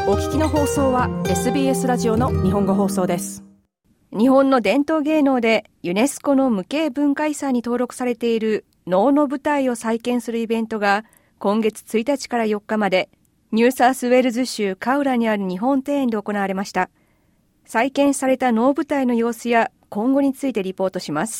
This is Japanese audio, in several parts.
お聞きの放送は SBS ラジオの日本語放送です。日本の伝統芸能でユネスコの無形文化遺産に登録されている能の舞台を再建するイベントが今月1日から4日までニューサウスウェールズ州カウラにある日本庭園で行われました。再建された能舞台の様子や今後についてリポートします。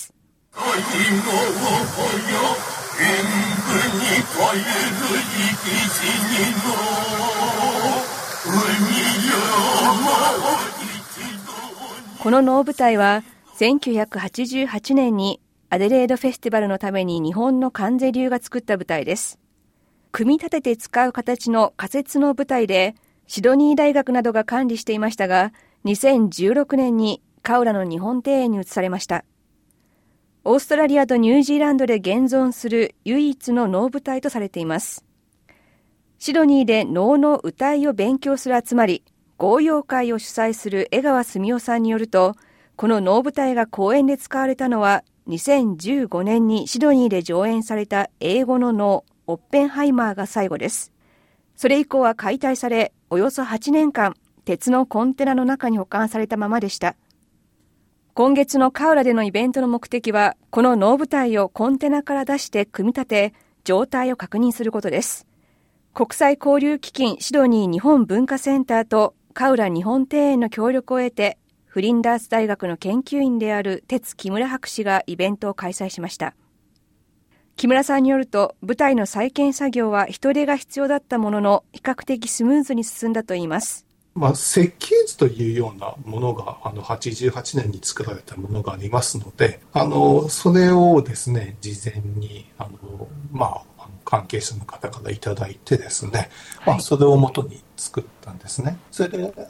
この能舞台は1988年にアデレードフェスティバルのために日本の観世流が作った舞台です。組み立てて使う形の仮設の舞台でシドニー大学などが管理していましたが、2016年にカウラの日本庭園に移されました。オーストラリアとニュージーランドで現存する唯一の能舞台とされています。シドニーで能の歌いを勉強する集まり、豪謡会を主催する江川澄夫さんによると、この能舞台が公演で使われたのは2015年にシドニーで上演された英語の能オッペンハイマーが最後です。それ以降は解体され、およそ8年間鉄のコンテナの中に保管されたままでした。今月のカウラでのイベントの目的は、この能舞台をコンテナから出して組み立て、状態を確認することです。国際交流基金シドニー日本文化センターとカウラ日本庭園の協力を得て、フリンダース大学の研究員である鉄木村博士がイベントを開催しました。木村さんによると、舞台の再建作業は人手が必要だったものの、比較的スムーズに進んだといいます。 設計図というようなものが88年に作られたものがありますので、それをですね、事前に関係者の方からいただいてですね、それをもとに作ったんですね。それで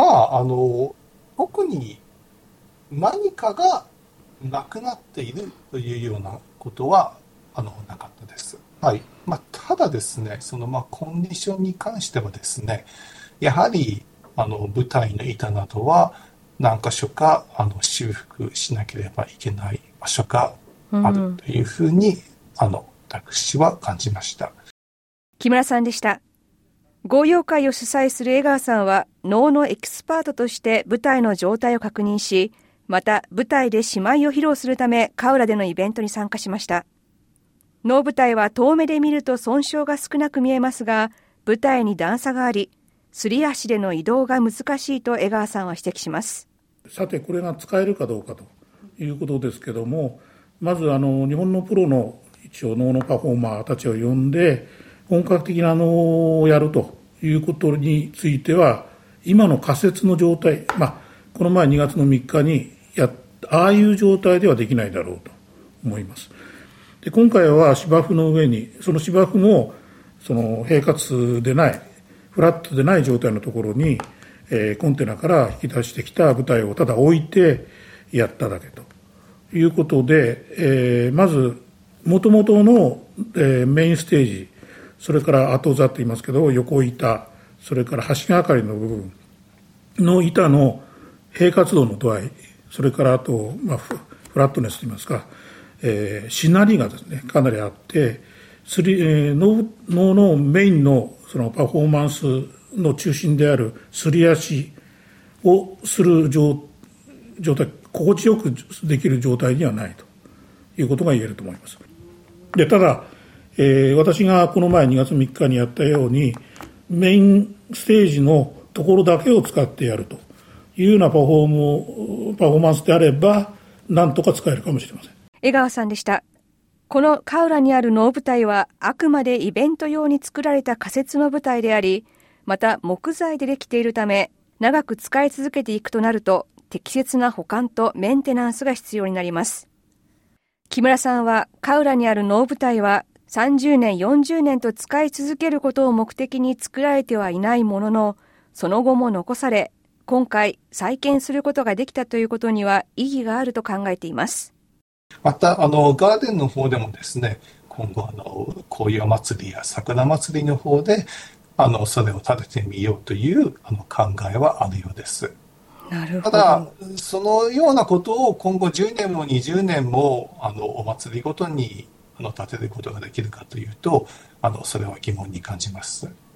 特に何かがなくなっているというようなことはなかったです。はい。ただですね、コンディションに関してはですね、やはり舞台の板などは何箇所か修復しなければいけない場所があるというふうに、私は感じました。 木村さんでした。豪謡会を主催する江川さんは能のエキスパートとして舞台の状態を確認し、また舞台で芝居を披露するためカウラでのイベントに参加しました。能舞台は遠目で見ると損傷が少なく見えますが、舞台に段差があり、すり足での移動が難しいと江川さんは指摘します。 さて、これが使えるかどうかということですけども、まず日本のプロの一応能のパフォーマーたちを呼んで本格的な能をやるということについては、今の仮設の状態、この前2月の3日にああいう状態ではできないだろうと思います。で、今回は芝生の上に、その芝生も平滑でないフラットでない状態のところに、コンテナから引き出してきた舞台をただ置いてやっただけということで、まず元々の、メインステージ、それから後座って言いますけど、横板、それから橋がかりの部分の板の平滑度の度合い、それからあと、フラットネスと言いますか、しなりがですね、かなりあって、能のメインのそのパフォーマンスの中心であるすり足をする状態、心地よくできる状態にはないということが言えると思います。で、ただ、私がこの前2月3日にやったようにメインステージのところだけを使ってやるというようなパフォーマンスであればなんとか使えるかもしれません。 江川さんでした。このカウラにある能舞台はあくまでイベント用に作られた仮設の舞台であり、また木材でできているため長く使い続けていくとなると適切な保管とメンテナンスが必要になります。木村さんはカウラにある能舞台は30年40年と使い続けることを目的に作られてはいないものの、その後も残され、今回再建することができたということには意義があると考えています。 またガーデンの方でもですね、今後紅葉祭りや桜祭りの方でそれを立ててみようという考えはあるようです。 なるほど。 ただそのようなことを今後10年も20年もお祭りごとに立てることができるかというとそれは疑問に感じます。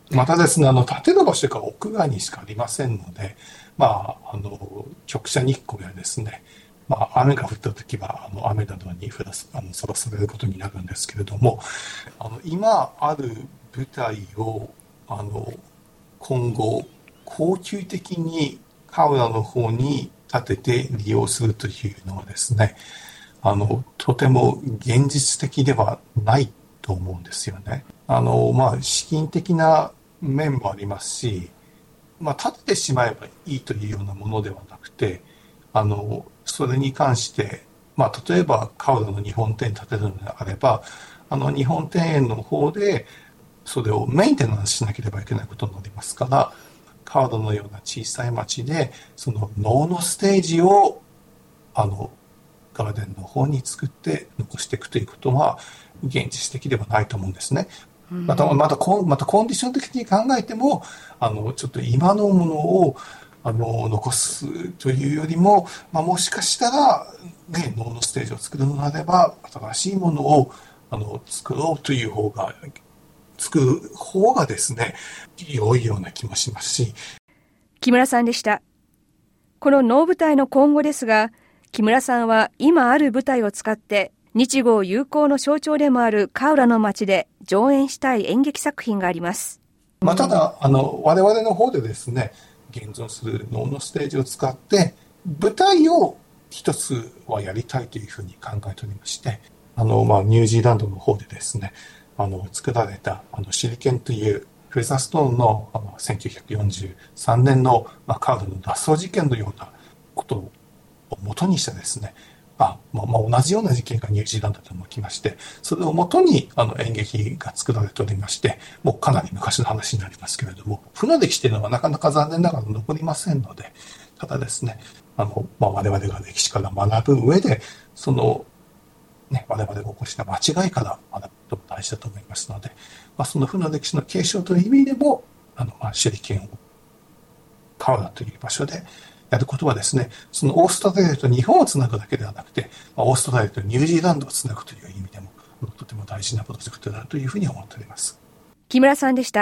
またですね、建物場所が屋外にしかありませんので、直射日光やですね、雨が降ったときは、雨などにさらされることになるんですけれども、今ある舞台を、今後、恒久的にカウラの方に建てて利用するというのはですね、とても現実的ではないと思うんですよね。資金的な面もありますし、建ててしまえばいいというようなものではなくて、それに関して、例えばカウラの日本庭園建てるのであれば、日本庭園の方でそれをメンテナンスしなければいけないことになりますから、カウラのような小さい町でその能のステージをガーデンの方に作って残していくということは現実的ではないと思うんですね。またコンディション的に考えてもちょっと今のものを残すというよりも、もしかしたら、ね、能のステージを作るのであれば新しいものを作ろうという作る方がですね、良いような気もしますし。 木村さんでした。この能舞台の今後ですが、木村さんは今ある舞台を使って日豪友好の象徴でもあるカウラの町で上演したい演劇作品があります。 ただ我々の方でですね、現存する能のステージを使って舞台を一つはやりたいというふうに考えておりまして、ニュージーランドの方でですね、作られた手裏剣というフェザーストーンの1943年のカウラの脱走事件のようなことを元にしたですね、同じような事件がニュージーランドでも起きまして、それを元に演劇が作られておりまして、もうかなり昔の話になりますけれども、船歴史というのはなかなか残念ながら残りませんので、ただですね、我々が歴史から学ぶ上で、我々が起こした間違いから学ぶことも大事だと思いますので、その船歴史の継承という意味でも、手裏剣をカウラという場所でやることはですね、そのオーストラリアと日本をつなぐだけではなくて、オーストラリアとニュージーランドをつなぐという意味でも、とても大事なプロジェクトだというふうに思っております。 木村さんでした。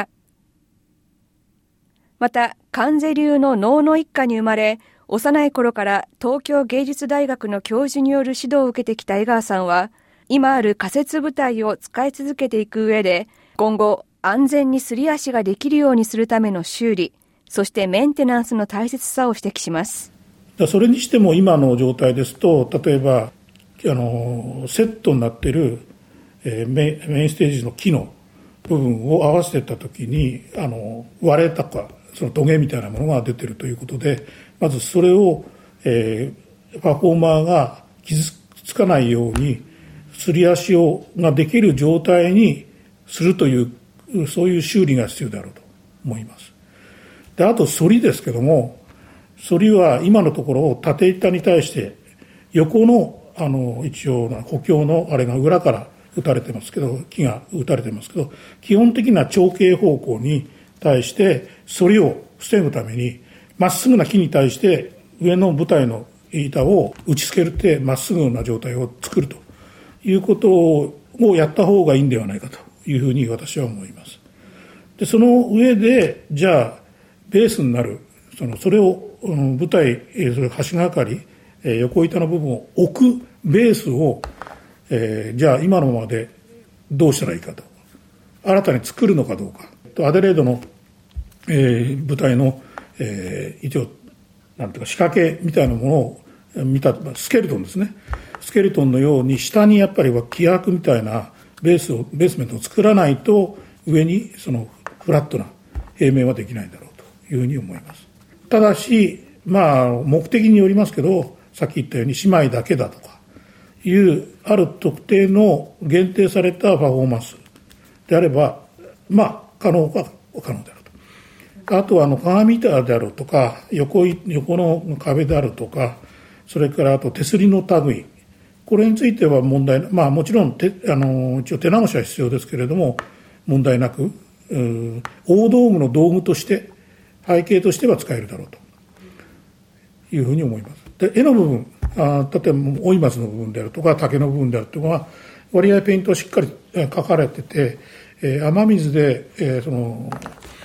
また、観世流の能の一家に生まれ、幼い頃から東京芸術大学の教授による指導を受けてきた江川さんは、今ある仮設舞台を使い続けていく上で、今後安全にすり足ができるようにするための修理、そしてメンテナンスの大切さを指摘します。 それにしても今の状態ですと、例えばセットになっている、メインステージの木の部分を合わせていったときに割れたかそのトゲみたいなものが出ているということで、まずそれを、パフォーマーが傷つかないようにすり足ができる状態にするという、そういう修理が必要であると思います。で、あと反りですけども、反りは今のところ縦板に対して横の一応補強のあれが裏から打たれてますけど、木が打たれてますけど、基本的な長径方向に対して反りを防ぐためにまっすぐな木に対して上の舞台の板を打ち付けるってまっすぐな状態を作るということをやった方がいいんではないかというふうに私は思います。で、その上でじゃあベースになるそれを舞台それ橋がかり横板の部分を置くベースを、じゃあ今のままでどうしたらいいかと、新たに作るのかどうかと、アデレードの、舞台の、一応なんていうか仕掛けみたいなものを見たスケルトンですね。スケルトンのように下にやっぱりは気迫みたいなベースメントを作らないと上にそのフラットな平面はできないんだろうというふうに思います。ただし目的によりますけど、さっき言ったように姉妹だけだとかいうある特定の限定されたパフォーマンスであれば可能であると。あとは鏡板であるとか横の壁であるとか、それからあと手すりの類、これについては問題もちろん一応手直しは必要ですけれども問題なく大道具の道具として背景としては使えるだろうというふうに思います。で、絵の部分、例えば追い松の部分であるとか竹の部分であるというのは割合ペイントをしっかり描かれてて、雨水で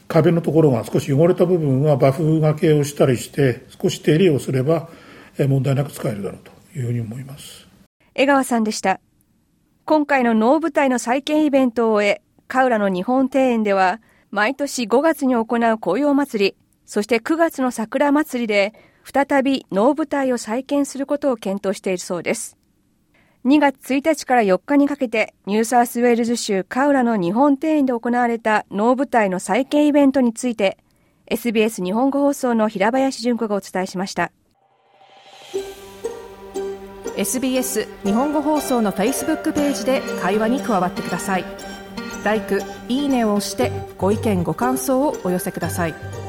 壁のところが少し汚れた部分はバフがけをしたりして少し手入れをすれば問題なく使えるだろうというふうに思います。 江川さんでした。今回の能舞台の再建イベントを終え、カウラの日本庭園では毎年5月に行う紅葉祭り、そして9月の桜祭りで再び能舞台を再建することを検討しているそうです。2月1日から4日にかけてニューサウスウェールズ州カウラの日本庭園で行われた能舞台の再建イベントについて SBS 日本語放送の平林純子がお伝えしました。 SBS 日本語放送の Facebook ページで会話に加わってください。LIKE、いいねを押してご意見ご感想をお寄せください。